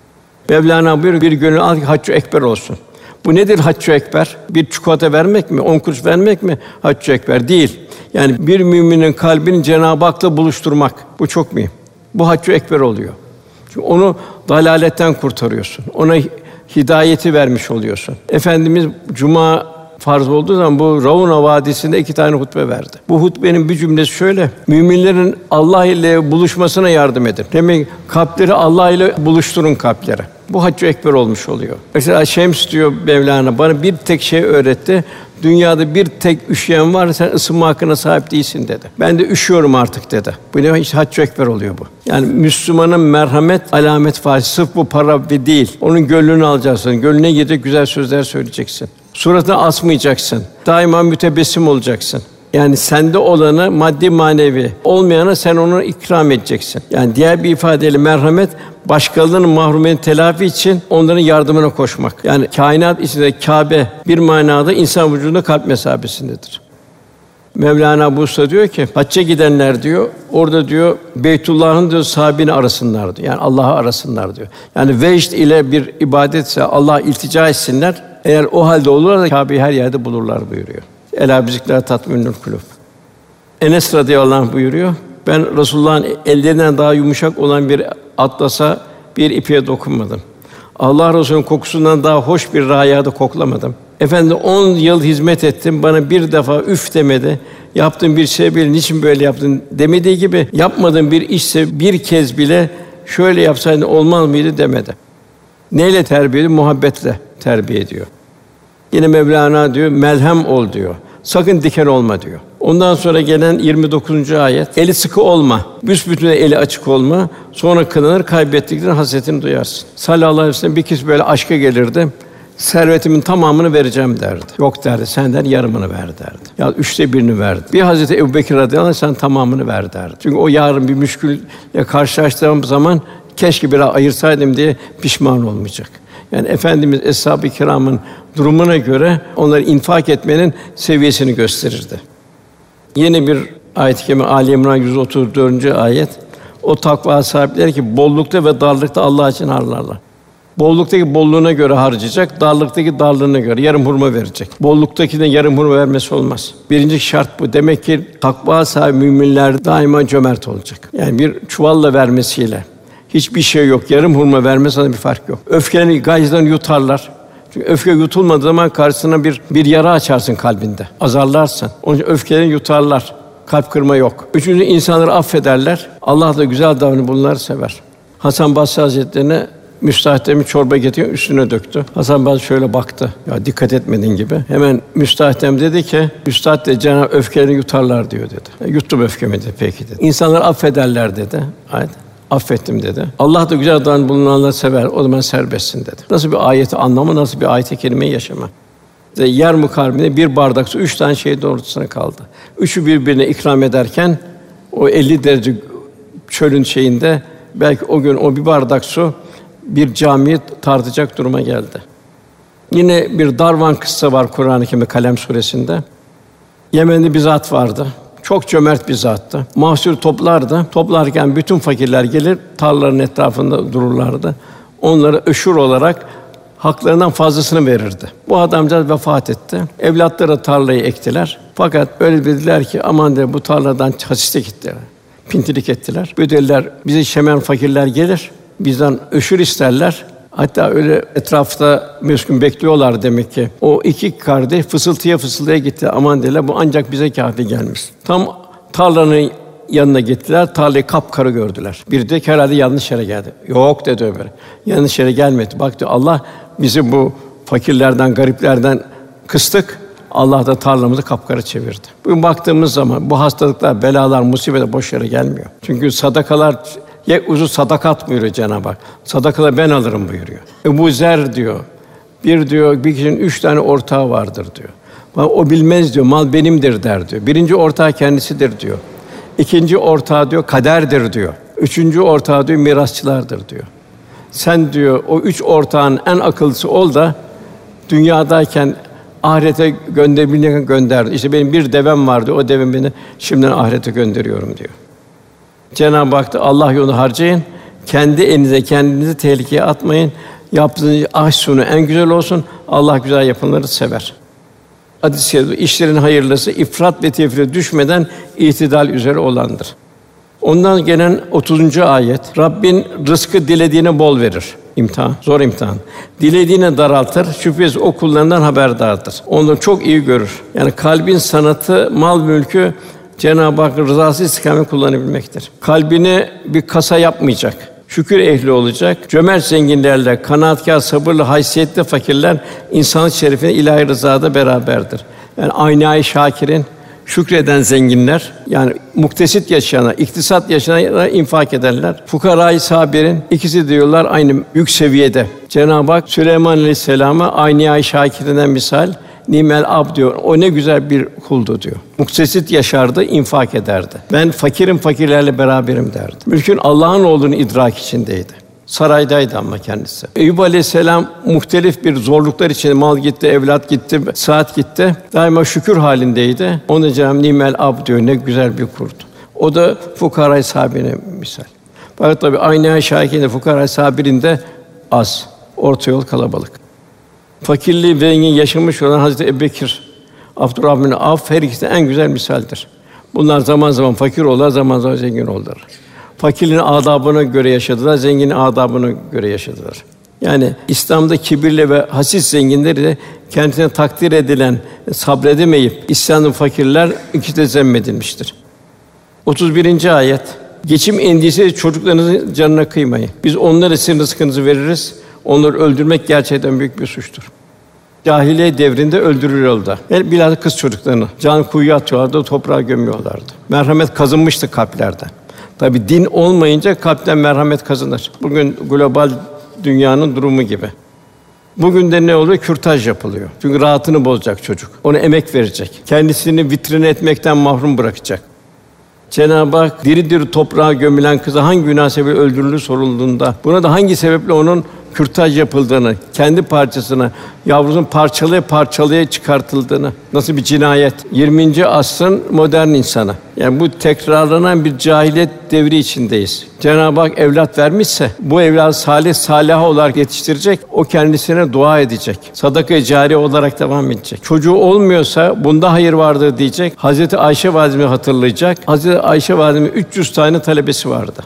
B: Mevlana buyuruyor, bir gönül al ki haccı ekber olsun. Bu nedir haccı ekber? Bir çikolata vermek mi? On kuruş vermek mi? Haccı ekber değil. Yani bir müminin kalbini Cenab-ı Hak'la buluşturmak. Bu çok mühim. Bu haccı ekber oluyor. Çünkü onu dalaletten kurtarıyorsun. Ona hidayeti vermiş oluyorsun. Efendimiz cuma farz olduğu zaman bu Rauna Vadisi'nde iki tane hutbe verdi. Bu hutbenin bir cümlesi şöyle: müminlerin Allah ile buluşmasına yardım edin. Demek kalpleri Allah ile buluşturun kalpleri. Bu haccı ekber olmuş oluyor. Mesela Şems diyor Mevlana bana bir tek şey öğretti. Dünyada bir tek üşüyen var, sen ısınma hakkına sahip değilsin dedi. Ben de üşüyorum artık dedi. Bu ne işte haccı ekber oluyor bu. Yani Müslümanın merhamet alamet faiz. Sırf bu para ve değil. Onun gönlünü alacaksın. Gönlüne gidecek güzel sözler söyleyeceksin. Suratını asmayacaksın. Daima mütebessim olacaksın. Yani sende olanı maddi manevi, olmayana sen onu ikram edeceksin. Yani diğer bir ifadeyle merhamet, başkalarının mahrumiyetini telafi için onların yardımına koşmak. Yani kainat içinde Kâbe bir manada insan vücudunda kalp mesabesindedir. Mevlana Bursa diyor ki, hacca gidenler diyor, orada diyor Beytullah'ın diyor sahibini arasınlar diyor. Yani Allah'ı arasınlar diyor. Yani vecd ile bir ibadetse Allah'a iltica etsinler. Eğer o halde olurlar da Kâbe'yi her yerde bulurlar buyuruyor. Elâ bizikler tatmînnül kulûb. Enes radıyallahu anh buyuruyor. Ben Resulullah'ın ellerinden daha yumuşak olan bir atlasa, bir ipeğe dokunmadım. Allah Resulü'nün kokusundan daha hoş bir râyâda koklamadım. Efendim on yıl hizmet ettim. Bana bir defa üf demedi. Yaptığım bir şey bile niçin böyle yaptın demediği gibi yapmadığım bir işse bir kez bile şöyle yapsaydın olmaz mıydı demedi. Neyle terbiye ediyor? Muhabbetle terbiye ediyor. Yine Mevlana diyor, melhem ol diyor. Sakın diken olma diyor. Ondan sonra gelen yirmi dokuzuncu ayet. Eli sıkı olma. Büsbütün eli açık olma. Sonra kınanır, kaybettiklerin hasretini duyarsın. Sallallahu aleyhi ve sellem bir kez böyle aşka gelirdi. servetimin tamamını vereceğim derdi. Yok derdi, sen der yarımını ver derdi. Ya üçte birini verdi. Bir Hazreti Ebubekir radıyallahu anh sen tamamını ver derdi. Çünkü o yarın bir müşkülle karşılaştığım zaman keşke biraz ayırsaydım diye pişman olmayacak. Yani Efendimiz Eshab-ı Kiram'ın durumuna göre onları infak etmenin seviyesini gösterirdi. Yeni bir ayet-i kerime Ali İmran yüz otuz dördüncü ayet. O takva sahipleri ki bollukta ve darlıkta Allah için harcarlar. Bolluktaki bolluğuna göre harcayacak, darlıktaki darlığına göre yarım hurma verecek. Bolluktakine yarım hurma vermesi olmaz. Birinci şart bu. Demek ki takva sahibi müminler daima cömert olacak. Yani bir çuvalla vermesiyle hiçbir şey yok. Yarım hurma vermesiyle bir fark yok. Öfkelerini gayzdan yutarlar. Çünkü öfke yutulmadığı zaman karşısına bir bir yara açarsın kalbinde. Azarlarsın. Onun için öfkelerini yutarlar. Kalp kırma yok. Üçüncü, insanları affederler. Allah da güzel davranıp bunları sever. Hasan Basri Hazretlerine müstahdem çorba getirip üstüne döktü. Hasan Basri şöyle baktı. Ya dikkat etmedin gibi. Hemen müstahdem dedi ki, üstad de Cenab-ı öfkelerini yutarlar diyor dedi. E, yuttum öfkemi dedi. Peki dedi. İnsanları affederler dedi. Ayet. Affettim dedi. Allah da güzel davranıp bulunanları sever. O zaman serbestsin dedi. Nasıl bir ayeti anlamı, nasıl bir ayet-i kerimeyi yaşama. İşte yer mukarbinde bir bardak su üç tane şey doğrultusuna kaldı. Üçü birbirine ikram ederken o elli derece çölün şeyinde belki o gün o bir bardak su bir camiyi tartacak duruma geldi. Yine bir Darvan kıssa var Kur'an-ı Kerim'de Kalem suresinde. Yemen'de bir zat vardı. Çok cömert bir zattı. Mahsul toplardı. Toplarken bütün fakirler gelir tarlaların etrafında dururlardı. Onlara öşür olarak haklarından fazlasını verirdi. Bu adamcağız vefat etti. Evlatları tarlayı ektiler. Fakat öyle dediler ki aman de bu tarladan hasiste gittiler. Pintilik ettiler. Dediler bize şemen fakirler gelir. Bizden öşür isterler. Hatta öyle etrafta meskun bekliyorlar demek ki. O iki kardeş fısıltıya fısıltıya gitti. Aman dediler bu ancak bize kâfi gelmiş. Tam tarlanın yanına gittiler. Tarlayı kapkara gördüler. Bir de herhalde yanlış yere geldi. Yok dedi öbürü. Yanlış yere gelmedi. Bak diyor Allah bizi bu fakirlerden, gariplerden kıstık. Allah da tarlamızı kapkara çevirdi. Bugün baktığımız zaman bu hastalıklar, belalar, musibetler boş yere gelmiyor. Çünkü sadakalar ye uzun sadakat buyuruyor Cenab-ı Hak. Sadakaları ben alırım buyuruyor. Ebu Zer diyor. Bir diyor bir kişinin üç tane ortağı vardır diyor. O bilmez diyor. Mal benimdir der diyor. Birinci ortağı kendisidir diyor. İkinci ortağı diyor kaderdir diyor. Üçüncü ortağı diyor mirasçılardır diyor. Sen diyor o üç ortağın en akıllısı ol da dünyadayken ahirete gönderebildiğin gönder. İşte benim bir devem vardı. O devem beni şimdiden ahirete gönderiyorum diyor. Cenab-ı Hak da Allah yolunu harcayın. Kendi elinize kendinizi tehlikeye atmayın. Yaptığınız aş sonu en güzel olsun. Allah güzel yapılanları sever. Hadis-i şerif işlerin hayırlısı ifrat ve tefrite düşmeden itidal üzere olandır. Ondan gelen otuzuncu ayet. Rabbin rızkı dilediğine bol verir. İmtihan, zor imtihan. Dilediğine daraltır. Şüphesiz o kullarından haberdardır. Onu çok iyi görür. Yani kalbin sanatı, mal mülkü Cenab-ı Hakk'ın rızası istikamet kullanabilmektir. Kalbini bir kasa yapmayacak. Şükür ehli olacak. Cömert zenginlerle, kanaatkâr, sabırlı, haysiyetli fakirler insanlık şerefine ilahi rızada beraberdir. Yani aynâ-i şâkirin şükreden zenginler, yani muktesit yaşayanlar, iktisat yaşayanlara infak ederler. Fukara-i sabirin ikisi diyorlar aynı yük seviyede. Cenab-ı Hak Süleyman Aleyhisselam'a aynâ-i şâkirinden misal nimel ab diyor. O ne güzel bir kuldu diyor. Muktesit yaşardı, infak ederdi. Ben fakirim, fakirlerle beraberim derdi. Mülkün Allah'ın olduğunu idrak içindeydi. Saraydaydı ama kendisi. Eyüp Aleyhisselam muhtelif bir zorluklar içinde mal gitti, evlat gitti, saat gitti. Daima şükür halindeydi. Ona Cenab-ı nimel ab diyor. Ne güzel bir kuldu. O da fukara-i sabirine misal. Fakat tabii aynı şahikinde fukara-i sabirinde az. Orta yol kalabalık. Fakirliği ve zengin yaşamış olan Hazreti Ebubekir, Abdurrahman bin Avf her ikisi en güzel misaldir. Bunlar zaman zaman fakir oldular, zaman zaman zengin oldular. Fakirin adabına göre yaşadılar, zenginin adabına göre yaşadılar. Yani İslam'da kibirli ve hasis zenginleri de kendisine takdir edilen, sabredemeyip isyanlı fakirler ikisi de zemmedilmiştir. otuz birinci ayet. Geçim endişesi çocuklarınızın canına kıymayın. Biz onlara sizin rızkınızı veririz. Onları öldürmek gerçekten büyük bir suçtur. Cahiliye devrinde öldürülüyordu. Bilhassa kız çocuklarını can kuyuya atıyorlardı, toprağa gömüyorlardı. Merhamet kazınmıştı kalplerden. Tabii din olmayınca kalpten merhamet kazınır. Bugün global dünyanın durumu gibi. Bugün de ne oluyor? Kürtaj yapılıyor. Çünkü rahatını bozacak çocuk. Ona emek verecek. Kendisini vitrine etmekten mahrum bırakacak. Cenab-ı Hak diri diri toprağa gömülen kıza hangi günah sebebiyle öldürüldüğü sorulduğunda, buna da hangi sebeple onun kürtaj yapıldığını, kendi parçasını, yavrusunun parçalaya parçalaya çıkartıldığını, nasıl bir cinayet. yirminci asrın modern insanı. Yani bu tekrarlanan bir cahiliyet devri içindeyiz. Cenab-ı Hak evlat vermişse, bu evlat salih saliha olarak yetiştirecek, o kendisine dua edecek. Sadaka-i cariye olarak devam edecek. Çocuğu olmuyorsa, bunda hayır vardır diyecek. Hazreti Ayşe validemizi hatırlayacak. Hazreti Ayşe validemizin üç yüz tane talebesi vardı.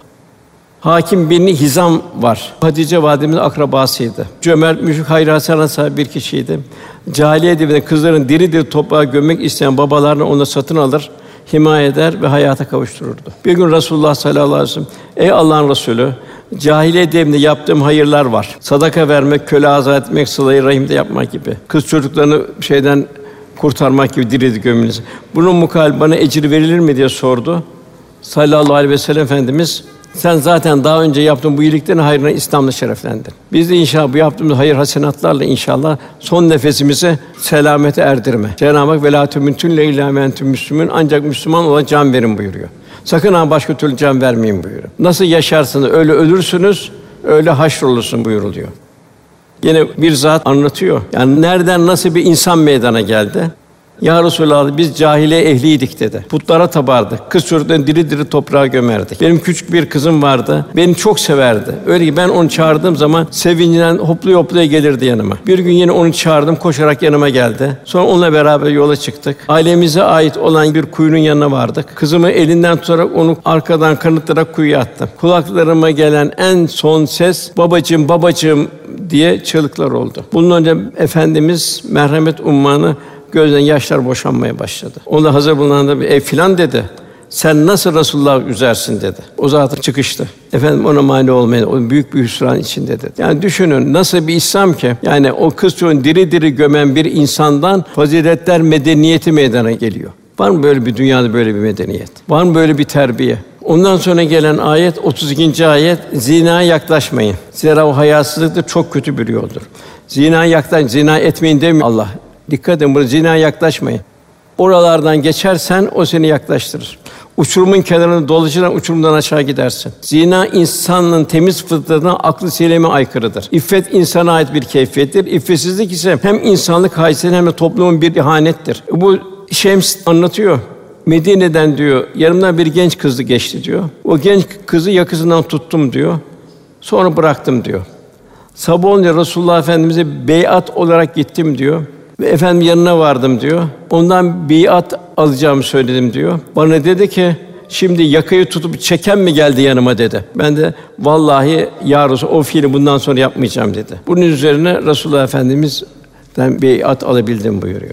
B: Hakim bin Hizam var. Hatice validemizin akrabasıydı. Cömert, müşfik, hayır hasana sahibi bir kişiydi. Cahiliye devrinde kızların diri diri toprağa gömmek isteyen babalarını onu satın alır, himaye eder ve hayata kavuştururdu. Bir gün Resulullah sallallahu aleyhi ve sellem, ey Allah'ın Resulü, cahiliye devrinde yaptığım hayırlar var. Sadaka vermek, köle azat etmek, sıla-i rahimde yapmak gibi. Kız çocuklarını şeyden kurtarmak gibi diri diri gömülmesi. Bunun mukabil bana ecri verilir mi diye sordu. Sallallahu aleyhi ve sellem Efendimiz, sen zaten daha önce yaptığın bu iyiliklerin hayrına İslam'la şereflendin. Biz de inşallah bu yaptığımız hayır hasenatlarla inşallah son nefesimizi selamete erdirme. Cenab-ı Hak velâ temûtunne illâ ve entüm müslümûn, ancak Müslüman olarak can verin buyuruyor. Sakın ha başka türlü can vermeyin buyuruyor. Nasıl yaşarsınız öyle ölürsünüz, öyle haşrolursun buyuruluyor. Yine bir zat anlatıyor. Yani nereden nasıl bir insan meydana geldi? Ya Resulallah, biz cahiliye ehliydik dedi. Putlara tapardık. Kız çocuklarını diri diri toprağa gömerdik. Benim küçük bir kızım vardı. Beni çok severdi. Öyle ki ben onu çağırdığım zaman sevincinden hopluya hopluya gelirdi yanıma. Bir gün yine onu çağırdım, koşarak yanıma geldi. Sonra onunla beraber yola çıktık. Ailemize ait olan bir kuyunun yanına vardık. Kızımı elinden tutarak onu arkadan kanıtlayarak kuyuya attım. Kulaklarıma gelen en son ses babacığım, babacığım diye çığlıklar oldu. Bunun önce Efendimiz merhamet ummanı gözden yaşlar boşanmaya başladı. Ona hazır bulunan da bir ev filan dedi. Sen nasıl Resulullah'ı üzersin dedi. O zaten çıkıştı. Efendim ona mani olmayın. O büyük bir hüsran içinde dedi. Yani düşünün nasıl bir İslam ki, yani o kız çocuğunu diri diri gömen bir insandan faziletler medeniyeti meydana geliyor. Var mı böyle bir dünyada böyle bir medeniyet? Var mı böyle bir terbiye? Ondan sonra gelen ayet, otuz ikinci ayet, zinaya yaklaşmayın. Zira o hayasızlık da çok kötü bir yoldur. Zinaya yaklaşmayın, zina etmeyin demiyor Allah. Dikkat edin, burada zinaya yaklaşmayın. Oralardan geçersen o seni yaklaştırır. Uçurumun kenarında dolaşırsan uçurumdan aşağı gidersin. Zina insanın temiz fıtratına, aklı selime aykırıdır. İffet insana ait bir keyfiyettir. İffetsizlik ise hem insanlık haysiyetine hem de toplumun bir ihanettir. Bu Şems anlatıyor. Medine'den diyor, yanımdan bir genç kızı geçti diyor. O genç kızı yakasından tuttum diyor. Sonra bıraktım diyor. Sabah olunca Resulullah Efendimiz'e beyat olarak gittim diyor. Ve efendim yanına vardım diyor. Ondan biat alacağımı söyledim diyor. Bana dedi ki, şimdi yakayı tutup çeken mi geldi yanıma dedi. Ben de vallahi ya Resul, o fiili bundan sonra yapmayacağım dedi. Bunun üzerine Resulullah Efendimiz'den biat alabildim buyuruyor.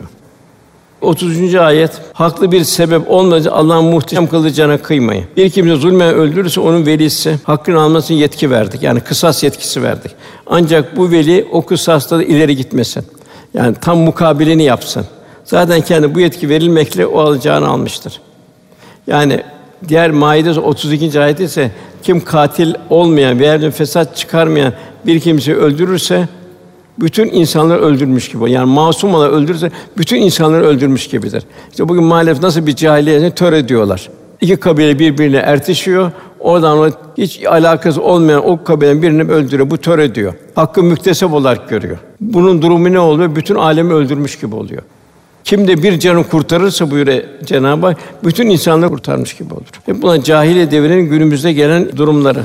B: otuzuncu ayet, haklı bir sebep olmadığı Allah'ın muhteşem kılacağına kıymayın. Bir kimse zulmen öldürürse onun velisi hakkını almasını yetki verdik. Yani kısas yetkisi verdik. Ancak bu veli o kısasta da ileri gitmesin. Yani tam mukabilini yapsın. Zaten kendi bu yetki verilmekle o alacağını almıştır. Yani diğer Maide otuz ikinci ayet ise kim katil olmayan veya bir fesat çıkarmayan bir kimseyi öldürürse bütün insanları öldürmüş gibi. Yani masum olan öldürürse bütün insanları öldürmüş gibidir. İşte bugün maalesef nasıl bir cahiliye töre diyorlar. İki kabile birbirine ertişiyor. Oradan o hiç alakası olmayan o kabilenin birini öldürüyor. Bu töre diyor. Hakkı müktesep olarak görüyor. Bunun durumu ne oluyor? Bütün alemi öldürmüş gibi oluyor. Kim de bir canı kurtarırsa buyuruyor Cenab-ı Hak, bütün insanları kurtarmış gibi olur. Hep buna cahiliye devrinin günümüzde gelen durumları.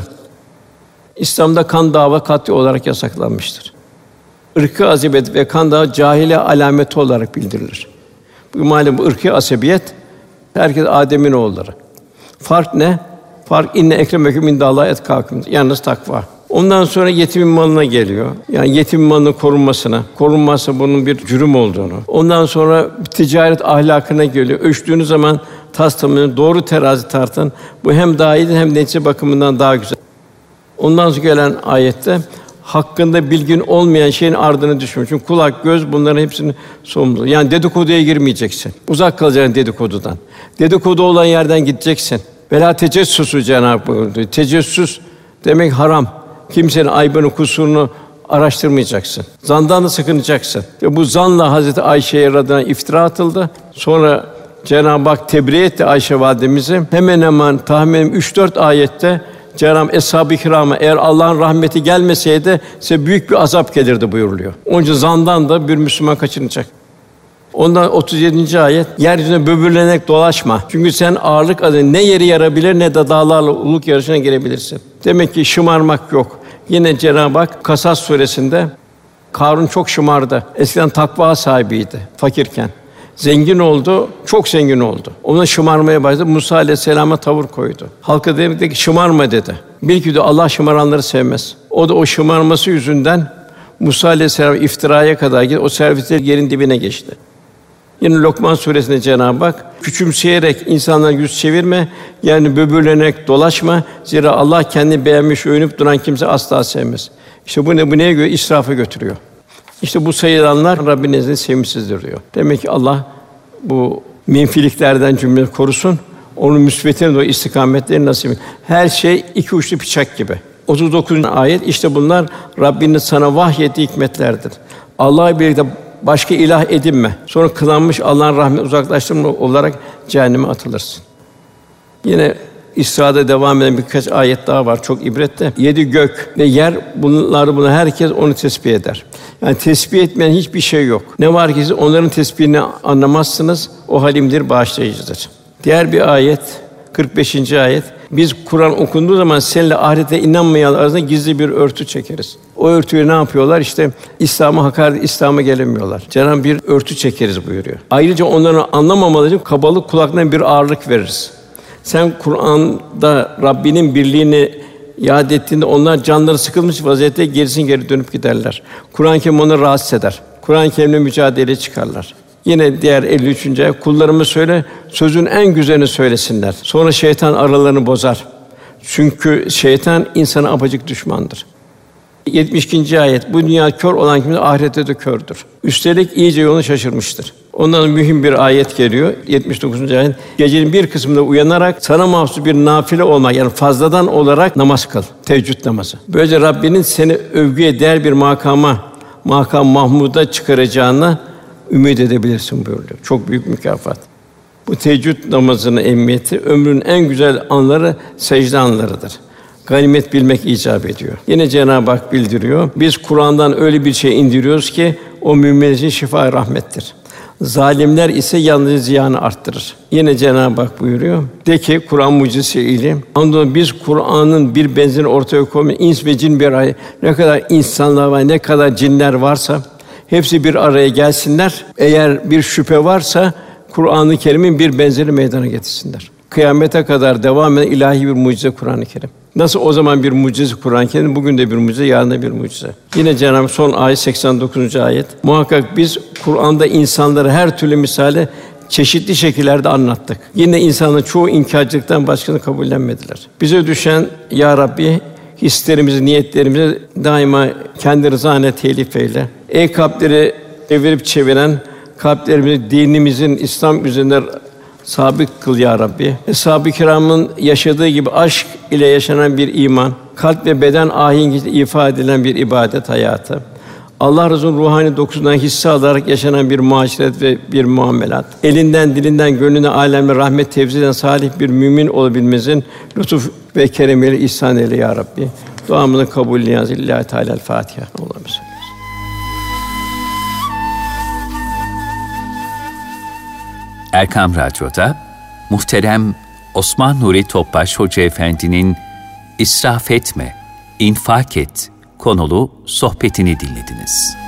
B: İslam'da kan dava kat'i olarak yasaklanmıştır. Irkı asabiyet ve kan dava cahiliye alameti olarak bildirilir. Bu malum bu ırkı asabiyet, herkes Adem'in oğulları. Fark ne? Fark inne ekremeküm indallahi etkâküm. Yalnız takva. Ondan sonra yetimin malına geliyor. Yani yetimin malının korunmasına, korunmazsa bunun bir cürüm olduğunu. Ondan sonra ticaret ahlakına geliyor. Ölçtüğünüz zaman tas tamamını doğru terazi tartın. Bu hem daha iyidir hem netice bakımından daha güzel. Ondan sonra gelen ayette hakkında bilgin olmayan şeyin ardına düşme. Çünkü kulak, göz bunların hepsinin sorumlu. Yani dedikoduya girmeyeceksin. Uzak kalacaksın dedikodudan. Dedikodu olan yerden gideceksin. Velâ tecessüsü Cenab-ı Hak buyurdu. Tecessüs demek haram. Kimsenin aybını, kusurunu araştırmayacaksın. Zandan da sakınacaksın. Ve bu zanla Hazreti Ayşe'ye radıyallahu anh iftira atıldı. Sonra Cenab-ı Hak tebriğ etti Ayşe validemizi. Hemen hemen tahminim üç dört ayette Cenab-ı Hak Eshab-ı Kirâm'a eğer Allah'ın rahmeti gelmeseydi size büyük bir azap gelirdi buyuruluyor. Onun için zandan da bir Müslüman kaçınacak. Ondan otuz yedinci ayet yeryüzüne böbürlenerek dolaşma. Çünkü sen ağırlık adına ne yeri yarabilir ne de dağlarla uluk yarışına girebilirsin. Demek ki şımarmak yok. Yine Cenab-ı Hak Kasas suresinde Karun çok şımardı. Eskiden takva sahibiydi fakirken. Zengin oldu, çok zengin oldu. Ona şımarmaya başladı. Musa Aleyhisselam'a tavır koydu. Halka dedi ki şımarma dedi. Bil ki de Allah şımaranları sevmez. O da o şımarması yüzünden Musa Aleyhisselam iftiraya kadar gitti. O servetleri yerin dibine geçti. Yine Lokman suresinde Cenab-ı Hak küçümseyerek insanlara yüz çevirme, yani böbürlenerek dolaşma. Zira Allah kendini beğenmiş, övünüp duran kimse asla sevmez. İşte bu ne bu neye göre israfa götürüyor. İşte bu sayılanlar Rabbin nezdinde sevimsizdir diyor. Demek ki Allah bu menfiliklerden cümle korusun. Onun müsbetine doğru istikametleri nasip etsin. Her şey iki uçlu bıçak gibi. otuz dokuzuncu ayet işte bunlar Rabbinin sana vahyettiği hikmetlerdir. Allah'la birlikte başka ilah edinme. Sonra kınanmış Allah'ın rahmetinden uzaklaştırma olarak cehenneme atılırsın. Yine İsra'da devam eden birkaç ayet daha var. Çok ibretli. Yedi gök ve yer bunları bunu herkes onu tesbih eder. Yani tesbih etmeyen hiçbir şey yok. Ne var ki siz onların tesbihini anlamazsınız. O halimdir, bağışlayıcıdır. Diğer bir ayet kırk beşinci ayet. Biz Kur'an okunduğu zaman seninle ahirete inanmayanlar arasında gizli bir örtü çekeriz. O örtüyü ne yapıyorlar? İşte İslam'a hakaret, İslam'a gelemiyorlar. Cenab-ı bir örtü çekeriz buyuruyor. Ayrıca onların anlamamaları için kabalık kulaklarına bir ağırlık veririz. Sen Kur'an'da Rabbinin birliğini yad ettiğinde onlar canları sıkılmış vaziyette gerisin geri dönüp giderler. Kur'an-ı Kerim onları rahatsız eder. Kur'an-ı Kerim'le mücadeleye çıkarlar. Yine diğer elli üçüncü ayet kullarıma söyle sözün en güzelini söylesinler. Sonra şeytan aralarını bozar. Çünkü şeytan insana apacık düşmandır. yetmiş ikinci ayet bu dünya kör olan kimse ahirette de kördür. Üstelik iyice yolunu şaşırmıştır. Ondan mühim bir ayet geliyor. yetmiş dokuzuncu ayet. Gecenin bir kısmında uyanarak sana mahsus bir nafile olmak yani fazladan olarak namaz kıl. Teheccüd namazı. Böylece Rabbinin seni övgüye değer bir makama, makam Mahmud'a çıkaracağına ümit edebilirsin buyuruyor. Çok büyük mükafat. Bu teheccüd namazının emniyeti ömrün en güzel anları secde anlarıdır. Ganimet bilmek icap ediyor. Yine Cenab-ı Hak bildiriyor. Biz Kur'an'dan öyle bir şey indiriyoruz ki o müminler için şifa rahmettir. Zalimler ise yalnız ziyanı arttırır. Yine Cenab-ı Hak buyuruyor. De ki Kur'an mucizesiyle andolsun biz Kur'an'ın bir benzerini ortaya koymuş ins ve cin bir araya ne kadar insanlar var ne kadar cinler varsa hepsi bir araya gelsinler. Eğer bir şüphe varsa Kur'an-ı Kerim'in bir benzeri meydana getirsinler. Kıyamete kadar devam eden ilahi bir mucize Kur'an-ı Kerim. Nasıl o zaman bir mucize Kur'an-ı Kerim, bugün de bir mucize, yarın da bir mucize. Yine Cenab-ı Hak son ayet seksen dokuzuncu ayet. Muhakkak biz Kur'an'da insanları her türlü misale çeşitli şekillerde anlattık. Yine insanların çoğu inkârcılıktan başkasını kabullenmediler. Bize düşen ya Rabbi hislerimizi, niyetlerimizi daima kendi rızana telif eyle. Ey kalpleri evirip çeviren, kalplerimizi dinimizin İslam üzerinde sabit kıl ya Rabbi. Eshab-ı Kiram'ın yaşadığı gibi aşk ile yaşanan bir iman, kalp ve beden ahenkinde ifade edilen bir ibadet hayatı. Allah Resulü'nün ruhani dokusundan hisse alarak yaşanan bir muaşeret ve bir muamelat. Elinden, dilinden, gönlüne âlemle rahmet tevzi eden salih bir mümin olabilmemizin lütuf ve keremiyle ihsan eyle ya Rabbi. Duamızın kabul niyazı lillahi Teala Fatiha. Allah'ım.
A: Erkam Radyo'da muhterem Osman Nuri Topbaş Hoca Efendi'nin İsraf etme, infak et konulu sohbetini dinlediniz.